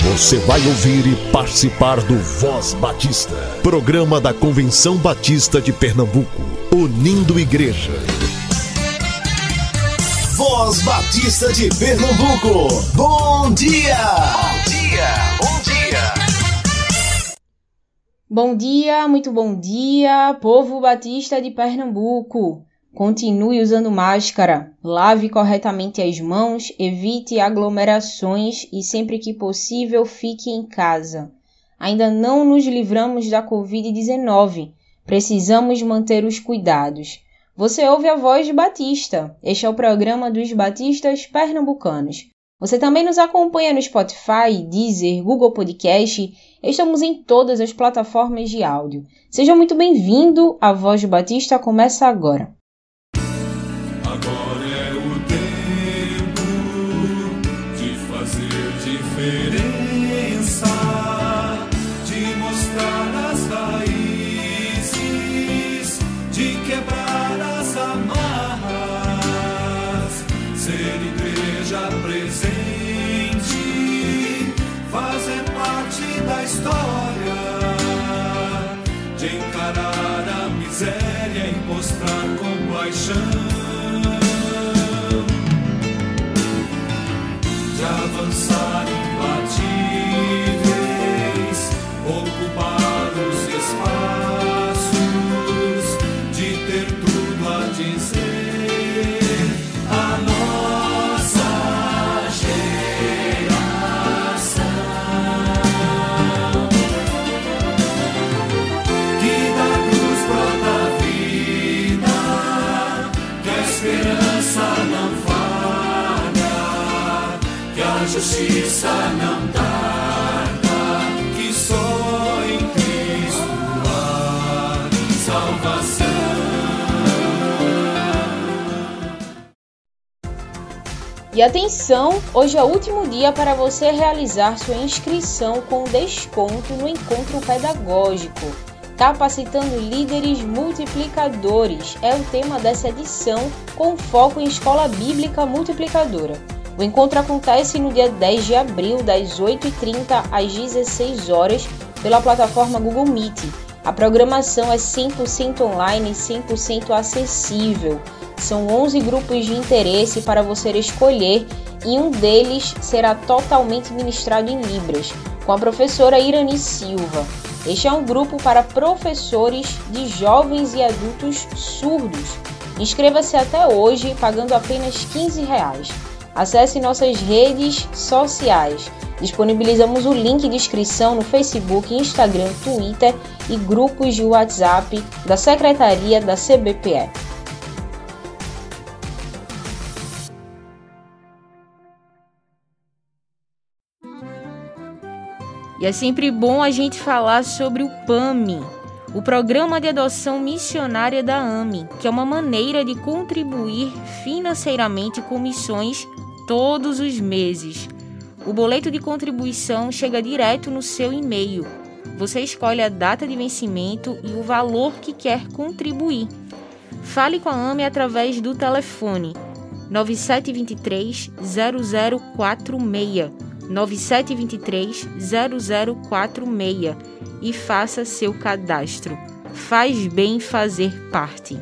Você vai ouvir e participar do Voz Batista, programa da Convenção Batista de Pernambuco, unindo igreja. Voz Batista de Pernambuco, bom dia! Bom dia, bom dia! Bom dia, muito bom dia, povo batista de Pernambuco. Continue usando máscara, lave corretamente as mãos, evite aglomerações e sempre que possível fique em casa. Ainda não nos livramos da Covid-19, precisamos manter os cuidados. Você ouve a Voz Batista, este é o programa dos batistas pernambucanos. Você também nos acompanha no Spotify, Deezer, Google Podcast, estamos em todas as plataformas de áudio. Seja muito bem-vindo, a Voz Batista começa agora. Agora é o tempo de fazer diferença, de mostrar as raízes, de quebrar as amarras, ser igreja presente, fazer parte da história, de encarar a miséria e mostrar com paixão, de avançar imbatíveis, ocupar os espaços, de ter tudo a dizer, a nossa geração, que da cruz brota a vida, que a esperança não a justiça não tarda, que só em Cristo há salvação. E atenção, hoje é o último dia para você realizar sua inscrição com desconto no encontro pedagógico. Capacitando líderes multiplicadores é o tema dessa edição, com foco em escola bíblica multiplicadora. O encontro acontece no dia 10 de abril, das 8h30 às 16 horas, pela plataforma Google Meet. A programação é 100% online e 100% acessível. São 11 grupos de interesse para você escolher e um deles será totalmente ministrado em Libras, com a professora Irani Silva. Este é um grupo para professores de jovens e adultos surdos. Inscreva-se até hoje, pagando apenas R$15. Acesse nossas redes sociais. Disponibilizamos o link de inscrição no Facebook, Instagram, Twitter e grupos de WhatsApp da Secretaria da CBPE. E é sempre bom a gente falar sobre o PAMI, o Programa de Adoção Missionária da AME, que é uma maneira de contribuir financeiramente com missões todos os meses. O boleto de contribuição chega direto no seu e-mail. Você escolhe a data de vencimento e o valor que quer contribuir. Fale com a AME através do telefone 9723 0046, 9723 0046 e faça seu cadastro. Faz bem fazer parte.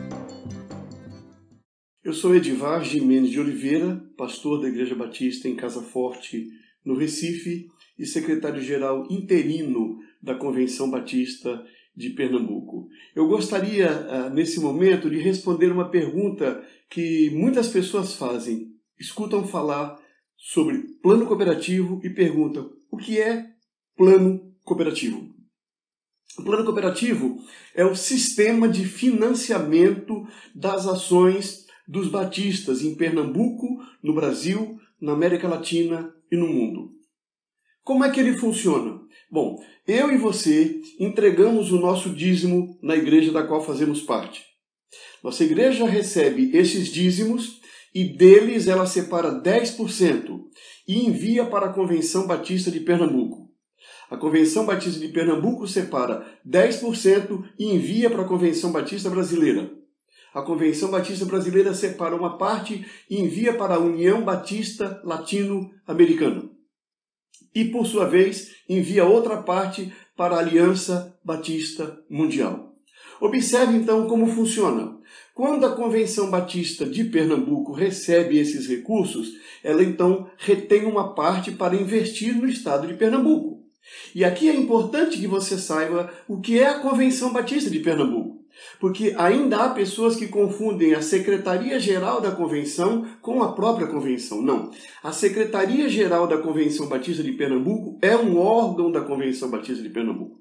Eu sou Edivar Gimenez de Oliveira, pastor da Igreja Batista em Casa Forte, no Recife, e secretário-geral interino da Convenção Batista de Pernambuco. Eu gostaria, nesse momento, de responder uma pergunta que muitas pessoas fazem. Escutam falar sobre plano cooperativo e perguntam: o que é plano cooperativo? O plano cooperativo é o sistema de financiamento das ações dos batistas em Pernambuco, no Brasil, na América Latina e no mundo. Como é que ele funciona? Bom, eu e você entregamos o nosso dízimo na igreja da qual fazemos parte. Nossa igreja recebe esses dízimos e deles ela separa 10% e envia para a Convenção Batista de Pernambuco. A Convenção Batista de Pernambuco separa 10% e envia para a Convenção Batista Brasileira. A Convenção Batista Brasileira separa uma parte e envia para a União Batista Latino-Americana. e, por sua vez, envia outra parte para a Aliança Batista Mundial. Observe, então, como funciona. Quando a Convenção Batista de Pernambuco recebe esses recursos, ela, então, retém uma parte para investir no estado de Pernambuco. E aqui é importante que você saiba o que é a Convenção Batista de Pernambuco, porque ainda há pessoas que confundem a Secretaria-Geral da Convenção com a própria Convenção. Não. A Secretaria-Geral da Convenção Batista de Pernambuco é um órgão da Convenção Batista de Pernambuco.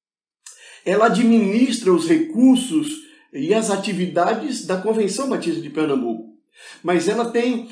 Ela administra os recursos e as atividades da Convenção Batista de Pernambuco, mas ela tem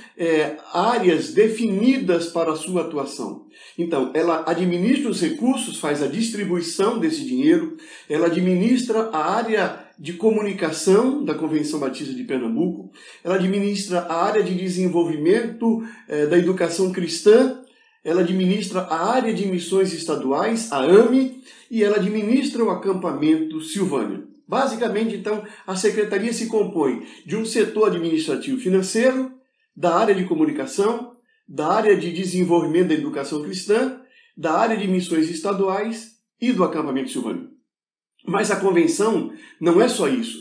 áreas definidas para a sua atuação. Então, ela administra os recursos, faz a distribuição desse dinheiro, ela administra a área de comunicação da Convenção Batista de Pernambuco, ela administra a área de desenvolvimento da educação cristã, ela administra a área de missões estaduais, a AME, e ela administra o acampamento Silvânia. Basicamente, então, a secretaria se compõe de um setor administrativo financeiro, da área de comunicação, da área de desenvolvimento da educação cristã, da área de missões estaduais e do acampamento Silvânia. Mas a convenção não é só isso.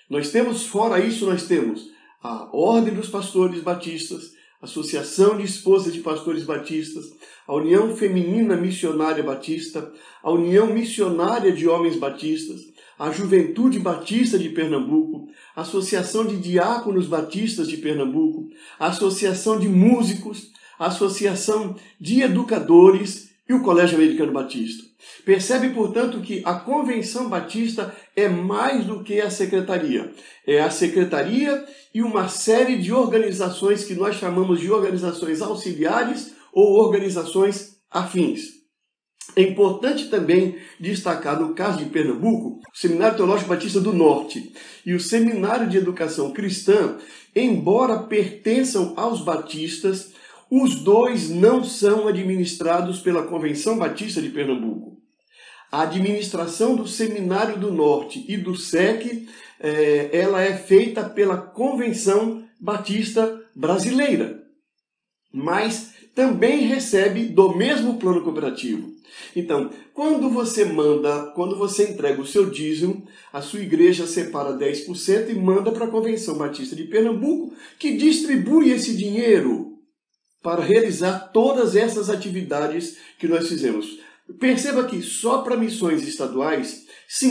Fora isso, nós temos a Ordem dos Pastores Batistas, a Associação de Esposas de Pastores Batistas, a União Feminina Missionária Batista, a União Missionária de Homens Batistas, a Juventude Batista de Pernambuco, a Associação de Diáconos Batistas de Pernambuco, a Associação de Músicos, a Associação de Educadores e o Colégio Americano Batista. Percebe, portanto, que a Convenção Batista é mais do que a secretaria. É a secretaria e uma série de organizações que nós chamamos de organizações auxiliares ou organizações afins. É importante também destacar, no caso de Pernambuco, o Seminário Teológico Batista do Norte e o Seminário de Educação Cristã, embora pertençam aos batistas, os dois não são administrados pela Convenção Batista de Pernambuco. A administração do Seminário do Norte e do SEC, ela é feita pela Convenção Batista Brasileira, mas também recebe do mesmo plano cooperativo. Então, quando você entrega o seu dízimo, a sua igreja separa 10% e manda para a Convenção Batista de Pernambuco, que distribui esse dinheiro para realizar todas essas atividades que nós fizemos. Perceba que só para missões estaduais,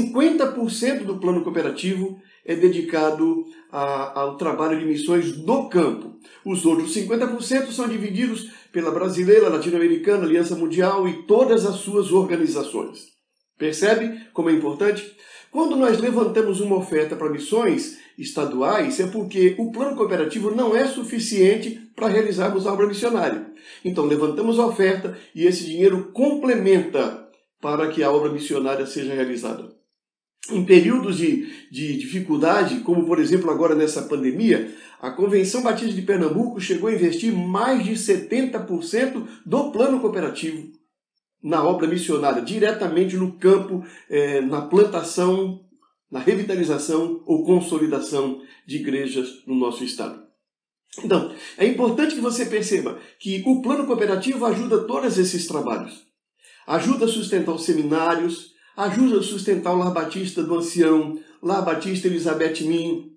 50% do plano cooperativo é dedicado ao trabalho de missões no campo. Os outros 50% são divididos pela Brasileira, Latino-Americana, Aliança Mundial e todas as suas organizações. Percebe como é importante? Quando nós levantamos uma oferta para missões estaduais, é porque o plano cooperativo não é suficiente para realizarmos a obra missionária. Então, levantamos a oferta e esse dinheiro complementa para que a obra missionária seja realizada. Em períodos de dificuldade, como por exemplo agora nessa pandemia, a Convenção Batista de Pernambuco chegou a investir mais de 70% do plano cooperativo na obra missionária, diretamente no campo, na plantação, na revitalização ou consolidação de igrejas no nosso estado. Então, é importante que você perceba que o plano cooperativo ajuda todos esses trabalhos. Ajuda a sustentar os seminários, ajuda a sustentar o Lar Batista do Ancião, Lar Batista Elizabeth Min,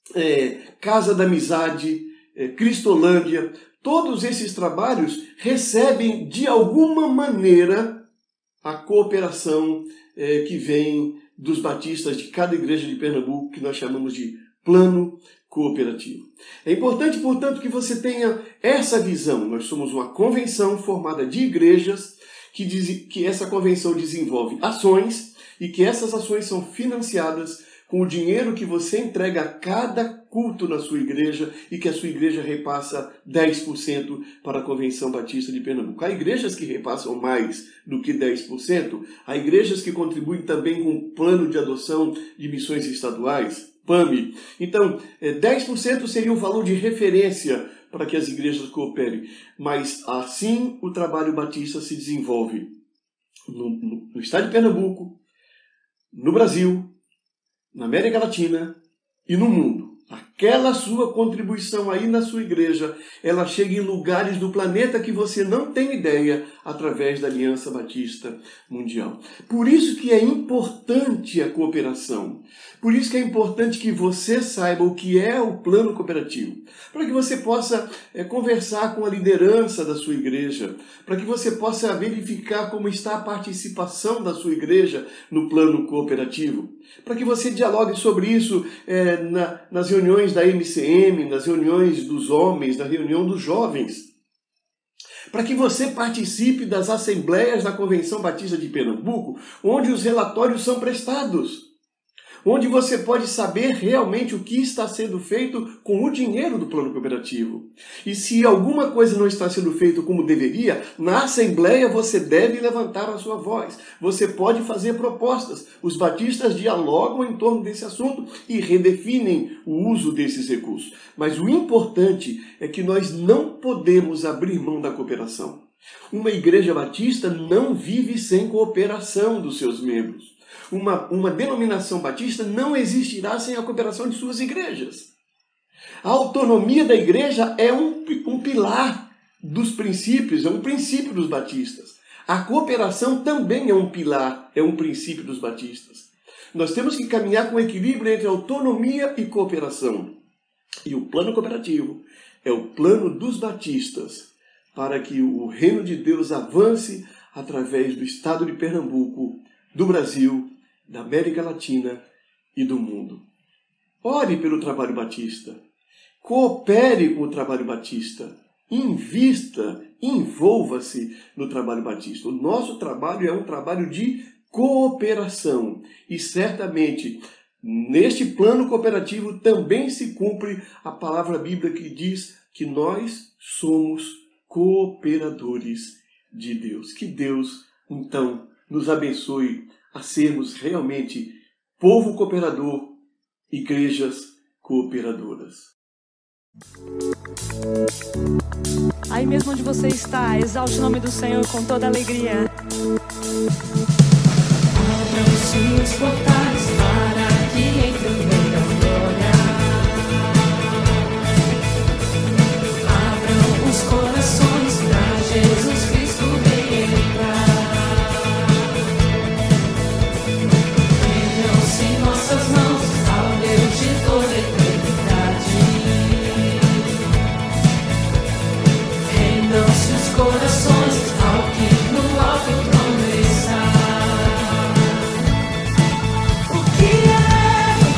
Casa da Amizade, Cristolândia. Todos esses trabalhos recebem, de alguma maneira, a cooperação que vem dos batistas de cada igreja de Pernambuco, que nós chamamos de plano cooperativo. É importante, portanto, que você tenha essa visão. Nós somos uma convenção formada de igrejas, que essa convenção desenvolve ações e que essas ações são financiadas com o dinheiro que você entrega a cada culto na sua igreja e que a sua igreja repassa 10% para a Convenção Batista de Pernambuco. Há igrejas que repassam mais do que 10%, há igrejas que contribuem também com o plano de adoção de missões estaduais, PAMI. Então, 10% seria o valor de referência para que as igrejas cooperem. Mas assim o trabalho batista se desenvolve no estado de Pernambuco, no Brasil, na América Latina e no mundo. A aquela sua contribuição aí na sua igreja, ela chega em lugares do planeta que você não tem ideia, através da Aliança Batista Mundial. Por isso que é importante a cooperação. Por isso que é importante que você saiba o que é o plano cooperativo. Para que você possa conversar com a liderança da sua igreja. Para que você possa verificar como está a participação da sua igreja no plano cooperativo. Para que você dialogue sobre isso nas reuniões da MCM, nas reuniões dos homens, na reunião dos jovens. Para que você participe das assembleias da Convenção Batista de Pernambuco, onde os relatórios são prestados. Onde você pode saber realmente o que está sendo feito com o dinheiro do plano cooperativo. E se alguma coisa não está sendo feita como deveria, na Assembleia você deve levantar a sua voz. Você pode fazer propostas. Os batistas dialogam em torno desse assunto e redefinem o uso desses recursos. Mas o importante é que nós não podemos abrir mão da cooperação. Uma igreja batista não vive sem cooperação dos seus membros. Uma denominação batista não existirá sem a cooperação de suas igrejas. A autonomia da igreja é um pilar dos princípios, é um princípio dos batistas. A cooperação também é um pilar, é um princípio dos batistas. Nós temos que caminhar com equilíbrio entre autonomia e cooperação. E o plano cooperativo é o plano dos batistas para que o reino de Deus avance através do estado de Pernambuco, do Brasil, da América Latina e do mundo. Ore pelo trabalho batista. Coopere com o trabalho batista. Invista, envolva-se no trabalho batista. O nosso trabalho é um trabalho de cooperação. E certamente, neste plano cooperativo também se cumpre a palavra bíblica que diz que nós somos cooperadores de Deus. Que Deus, então, nos abençoe a sermos realmente povo cooperador, igrejas cooperadoras. Aí mesmo onde você está, exalte o nome do Senhor com toda alegria. Abram os seus portais para que entre o Rei da Glória. Abram os corações para Jesus Cristo Rei entrar. Nossas mãos ao Deus de toda a eternidade. Rendam-se os corações ao que no alto trono está. O que é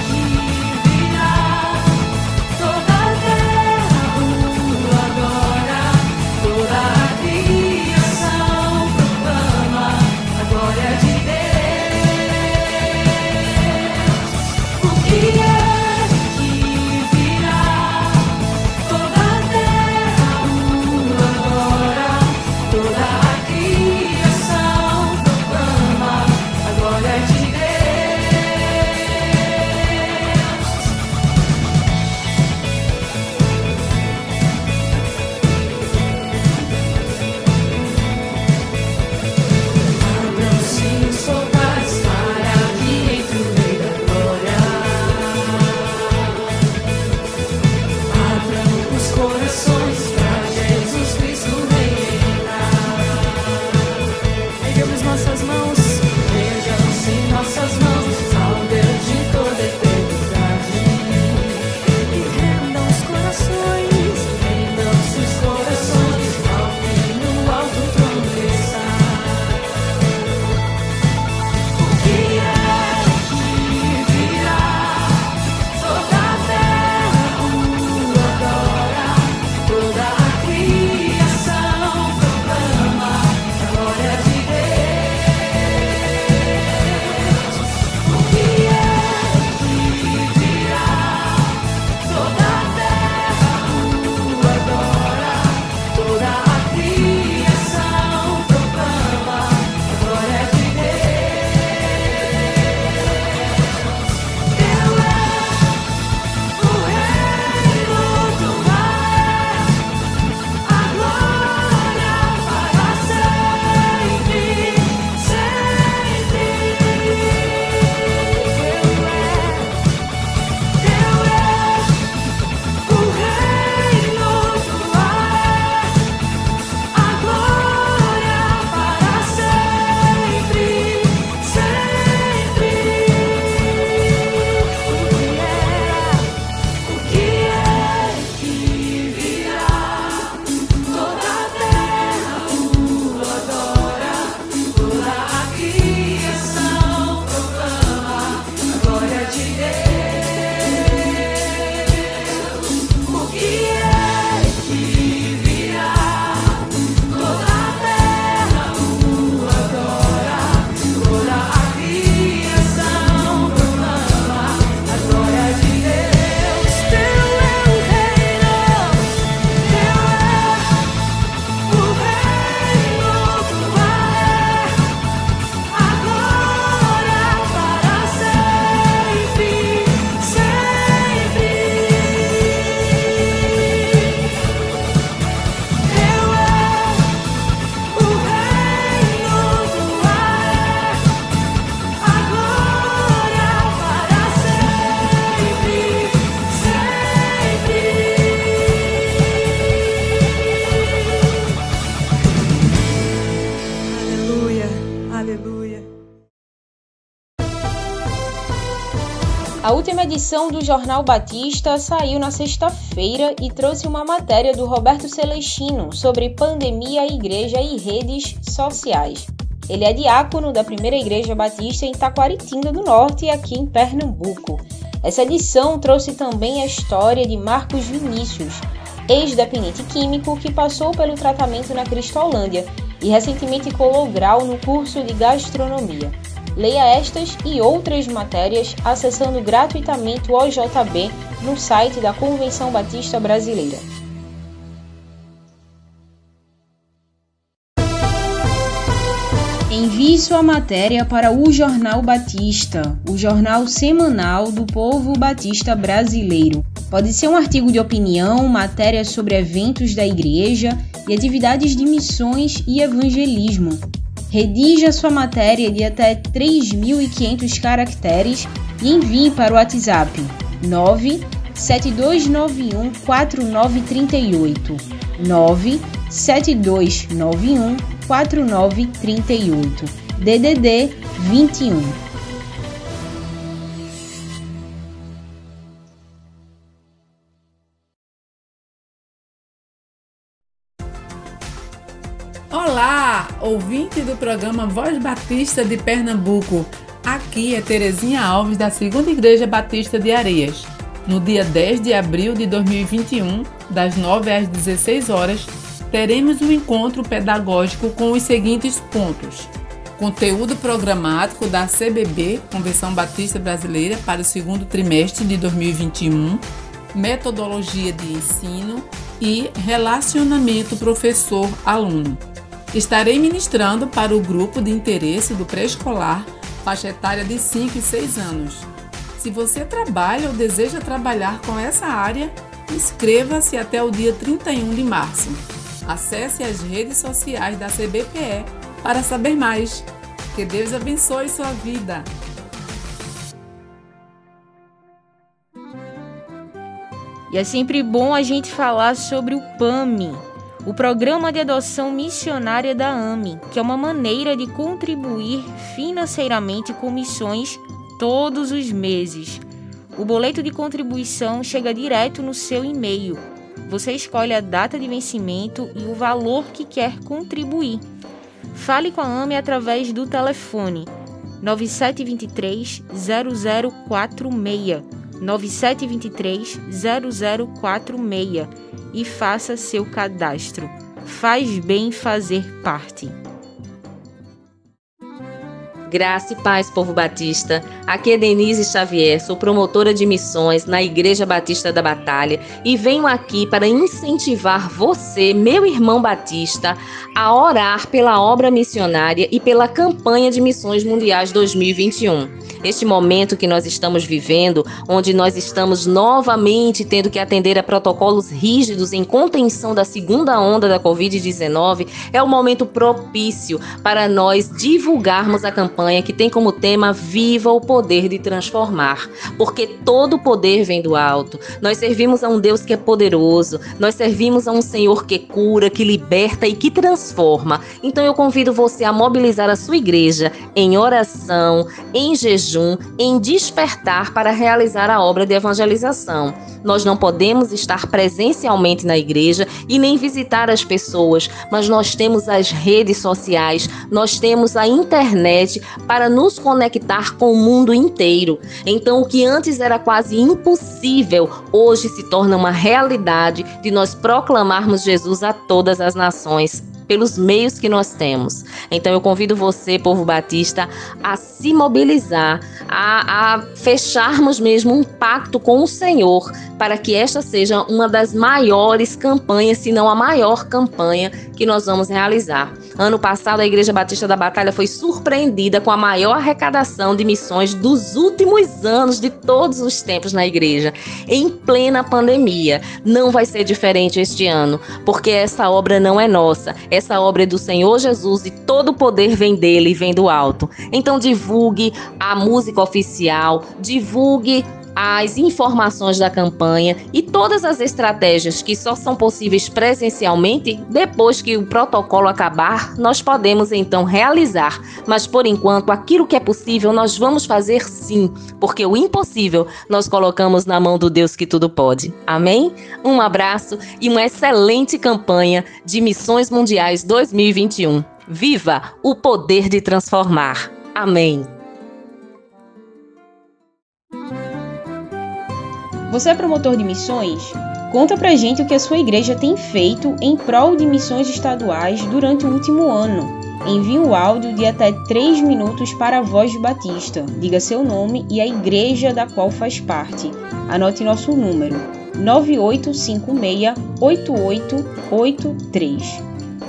A última edição do Jornal Batista saiu na sexta-feira e trouxe uma matéria do Roberto Celestino sobre pandemia, igreja e redes sociais. Ele é diácono da Primeira Igreja Batista em Taquaritinga do Norte, aqui em Pernambuco. Essa edição trouxe também a história de Marcos Vinícius, ex-dependente químico que passou pelo tratamento na Cristolândia e recentemente colou grau no curso de gastronomia. Leia estas e outras matérias acessando gratuitamente o OJB no site da Convenção Batista Brasileira. Envie sua matéria para o Jornal Batista, o jornal semanal do povo batista brasileiro. Pode ser um artigo de opinião, matéria sobre eventos da igreja e atividades de missões e evangelismo. Redija sua matéria de até 3.500 caracteres e envie para o WhatsApp 972914938 972914938 DDD 21. Olá, ouvinte do programa Voz Batista de Pernambuco. Aqui é Terezinha Alves, da Segunda Igreja Batista de Areias. No dia 10 de abril de 2021, das 9 às 16 horas, teremos um encontro pedagógico com os seguintes pontos: conteúdo programático da CBB, Convenção Batista Brasileira, para o segundo trimestre de 2021, metodologia de ensino e relacionamento professor-aluno. Estarei ministrando para o grupo de interesse do pré-escolar, faixa etária de 5 e 6 anos. Se você trabalha ou deseja trabalhar com essa área, inscreva-se até o dia 31 de março. Acesse as redes sociais da CBPE para saber mais. Que Deus abençoe sua vida. E é sempre bom a gente falar sobre o PAMI, o Programa de Adoção Missionária da AME, que é uma maneira de contribuir financeiramente com missões todos os meses. O boleto de contribuição chega direto no seu e-mail. Você escolhe a data de vencimento e o valor que quer contribuir. Fale com a AME através do telefone 9723 0046 9723 0046 e faça seu cadastro. Faz bem fazer parte. Graça e paz, povo batista. Aqui é Denise Xavier, sou promotora de missões na Igreja Batista da Batalha e venho aqui para incentivar você, meu irmão batista, a orar pela obra missionária e pela campanha de missões mundiais 2021. Este momento que nós estamos vivendo, onde nós estamos novamente tendo que atender a protocolos rígidos em contenção da segunda onda da Covid-19, é um momento propício para nós divulgarmos a campanha que tem como tema Viva o Poder de Transformar, porque todo poder vem do alto. Nós servimos a um Deus que é poderoso, nós servimos a um Senhor que cura, que liberta e que transforma. Então eu convido você a mobilizar a sua igreja em oração, em jejum, em despertar para realizar a obra de evangelização. Nós não podemos estar presencialmente na igreja e nem visitar as pessoas, mas nós temos as redes sociais, nós temos a internet para nos conectar com o mundo inteiro. Então, o que antes era quase impossível, hoje se torna uma realidade de nós proclamarmos Jesus a todas as nações, pelos meios que nós temos. Então eu convido você, povo batista, a se mobilizar, a fecharmos mesmo um pacto com o Senhor, para que esta seja uma das maiores campanhas, se não a maior campanha que nós vamos realizar. Ano passado, a Igreja Batista da Batalha foi surpreendida com a maior arrecadação de missões dos últimos anos, de todos os tempos na igreja, em plena pandemia. Não vai ser diferente este ano, porque essa obra não é nossa, essa obra é do Senhor Jesus e todo o poder vem dele e vem do alto. Então divulgue a música oficial, divulgue as informações da campanha e todas as estratégias que só são possíveis presencialmente, depois que o protocolo acabar, nós podemos então realizar. Mas por enquanto, aquilo que é possível nós vamos fazer sim, porque o impossível nós colocamos na mão do Deus que tudo pode. Amém? Um abraço e uma excelente campanha de Missões Mundiais 2021. Viva o poder de transformar. Amém. Você é promotor de missões? Conta pra gente o que a sua igreja tem feito em prol de missões estaduais durante o último ano. Envie um áudio de até 3 minutos para a Voz Batista. Diga seu nome e a igreja da qual faz parte. Anote nosso número: 9856-8883.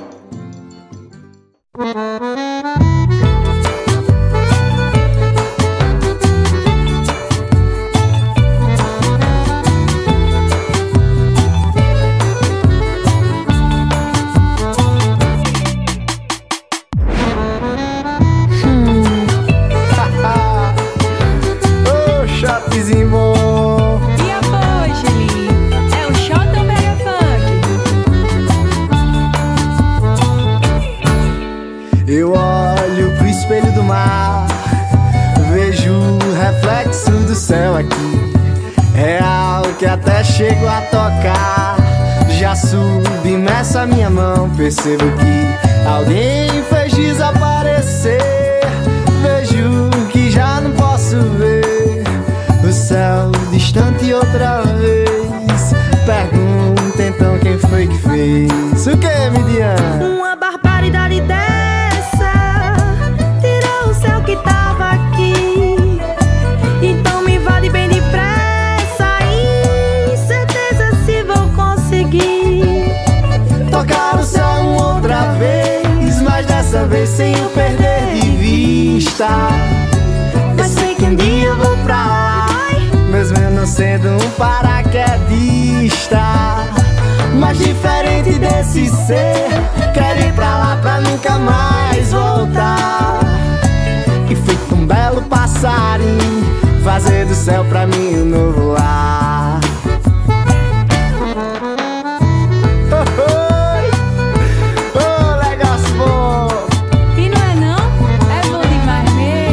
Eu olho pro espelho do mar, vejo o reflexo do céu aqui, real que até chego a tocar. Já submerso a minha mão, percebo que alguém fez desaparecer. Vejo que já não posso ver o céu distante outra vez. Pergunta então quem foi que fez. O que, Midian? Uma barbaridade dessa tirou o céu que tava aqui. Então me invade bem depressa, incerteza se vou conseguir tocar o céu outra vez, mas dessa vez sem eu perder de vista. Mas sei que um dia eu vou pra lá, mesmo eu não sendo um paraquedista. Mas diferente desse ser, quero ir pra lá pra nunca mais voltar. E feito um belo passarinho, fazer do céu pra mim um novo lar. Negócio bom! E não é não? É bom demais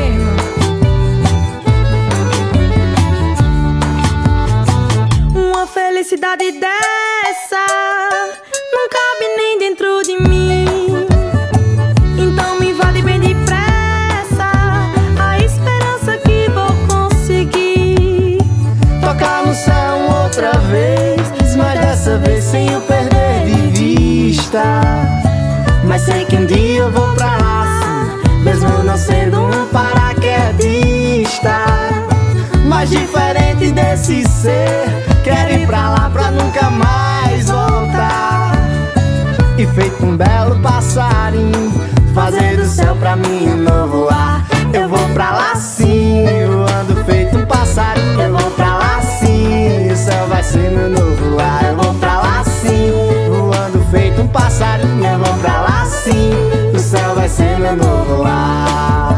mesmo. Uma felicidade dessa não cabe nem dentro de mim. Então me invade bem depressa a esperança que vou conseguir tocar no céu outra vez, mas dessa vez sem eu perder de vista. Mas sei que um dia eu vou pra lá, sim, mesmo eu não sendo um paraquedista. Mas diferente desse ser, quero ir pra lá pra nunca mais voltar. E feito um belo passarinho, fazer do céu pra mim um novo lar. Eu vou pra lá sim, voando feito um passarinho. Eu vou pra lá sim, o céu vai ser meu novo lar. Eu vou pra lá sim, voando feito um passarinho. Eu vou pra lá sim, o céu vai ser meu novo lar.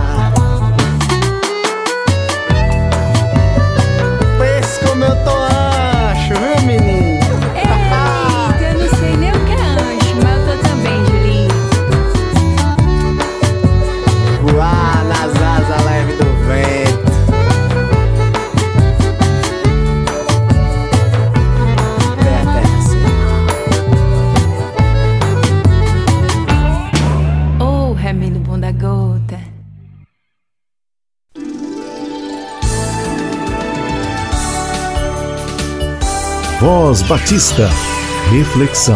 Pense como eu tô ancho, viu, menino? Eita, eu não sei nem o que é anjo, mas eu tô também, Julinho. Voar nas asas leves do vento. Oh, remendo bom da gota. Voz Batista. Reflexão.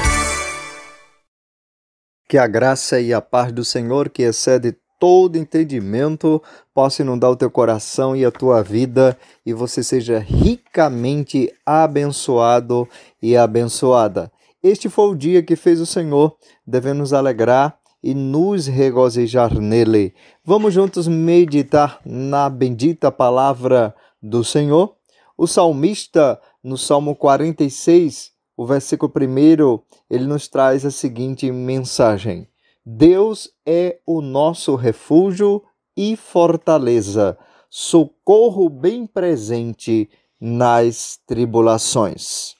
Que a graça e a paz do Senhor, que excede todo entendimento, possa inundar o teu coração e a tua vida, e você seja ricamente abençoado e abençoada. Este foi o dia que fez o Senhor, devemos nos alegrar e nos regozijar nele. Vamos juntos meditar na bendita palavra do Senhor. O salmista, no Salmo 46, o versículo 1, ele nos traz a seguinte mensagem: Deus é o nosso refúgio e fortaleza, socorro bem presente nas tribulações.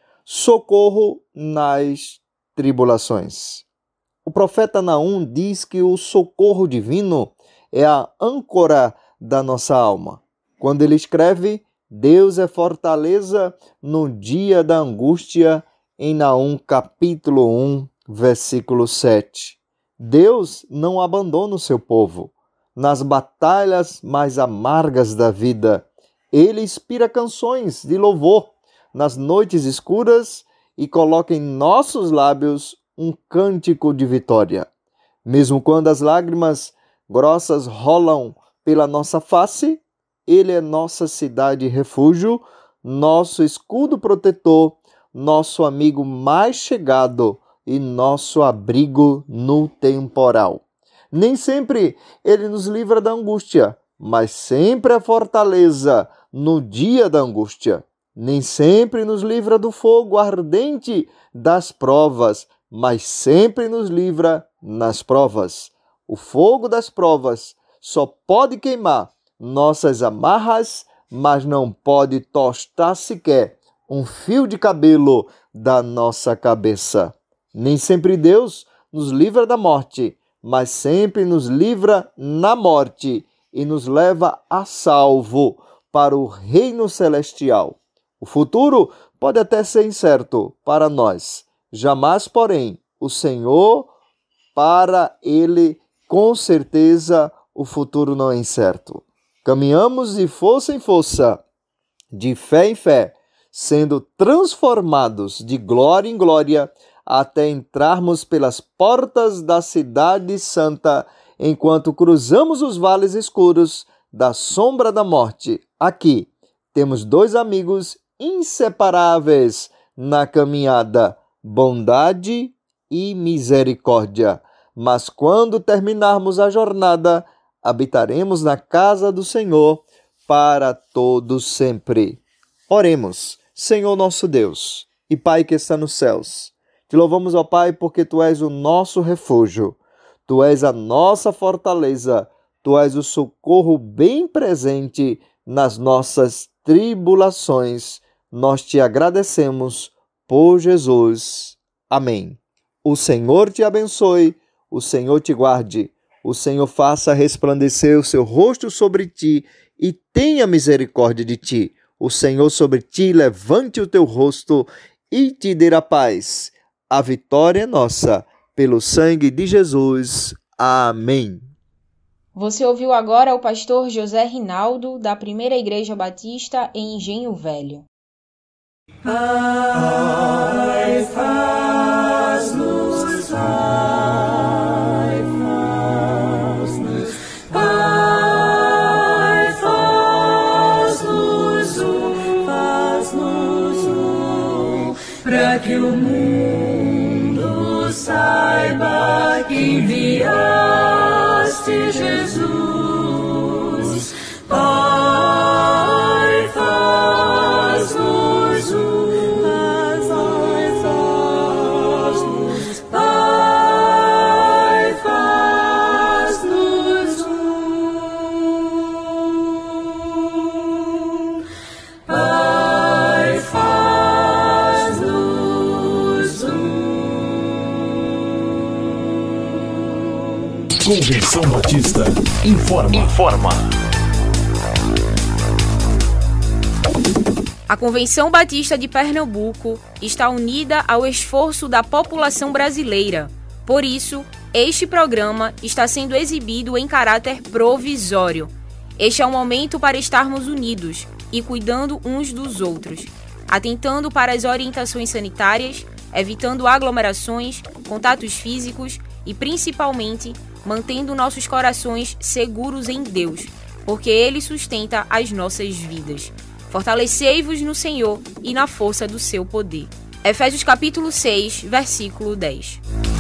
Socorro nas tribulações. O profeta Naum diz que o socorro divino é a âncora da nossa alma. Quando ele escreve, Deus é fortaleza no dia da angústia, em Naum capítulo 1, versículo 7. Deus não abandona o seu povo. Nas batalhas mais amargas da vida, Ele inspira canções de louvor nas noites escuras e coloca em nossos lábios um cântico de vitória. Mesmo quando as lágrimas grossas rolam pela nossa face, Ele é nossa cidade refúgio, nosso escudo protetor, nosso amigo mais chegado e nosso abrigo no temporal. Nem sempre Ele nos livra da angústia, mas sempre é fortaleza no dia da angústia. Nem sempre nos livra do fogo ardente das provas, mas sempre nos livra nas provas. O fogo das provas só pode queimar nossas amarras, mas não pode tostar sequer um fio de cabelo da nossa cabeça. Nem sempre Deus nos livra da morte, mas sempre nos livra na morte e nos leva a salvo para o reino celestial. O futuro pode até ser incerto para nós, jamais, porém, o Senhor, para Ele, com certeza, o futuro não é incerto. Caminhamos de força em força, de fé em fé, sendo transformados de glória em glória, até entrarmos pelas portas da cidade santa, enquanto cruzamos os vales escuros da sombra da morte. Aqui temos dois amigos inseparáveis na caminhada, bondade e misericórdia. Mas quando terminarmos a jornada, habitaremos na casa do Senhor para todo sempre. Oremos. Senhor nosso Deus e Pai que está nos céus, te louvamos, ó Pai, porque Tu és o nosso refúgio, Tu és a nossa fortaleza, Tu és o socorro bem presente nas nossas tribulações. Nós te agradecemos por Jesus. Amém. O Senhor te abençoe, o Senhor te guarde, o Senhor faça resplandecer o seu rosto sobre ti e tenha misericórdia de ti. O Senhor sobre ti levante o teu rosto e te dê a paz. A vitória é nossa, pelo sangue de Jesus. Amém. Você ouviu agora o pastor José Rinaldo, da Primeira Igreja Batista em Engenho Velho. Ai, faz-nos, para que o mundo saiba que enviaste Jesus. Pai, faz-nos Pai, faz-nos Pai, Convenção Batista informa. A Convenção Batista de Pernambuco está unida ao esforço da população brasileira. Por isso, este programa está sendo exibido em caráter provisório. Este é um momento para estarmos unidos e cuidando uns dos outros, atentando para as orientações sanitárias, evitando aglomerações, contatos físicos e, principalmente, mantendo nossos corações seguros em Deus, porque Ele sustenta as nossas vidas. Fortalecei-vos no Senhor e na força do seu poder. Efésios capítulo 6, versículo 10.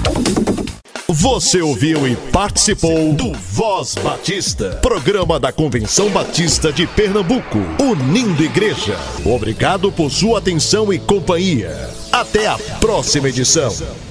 Você ouviu e participou do Voz Batista, programa da Convenção Batista de Pernambuco, unindo igreja. Obrigado por sua atenção e companhia. Até a próxima edição.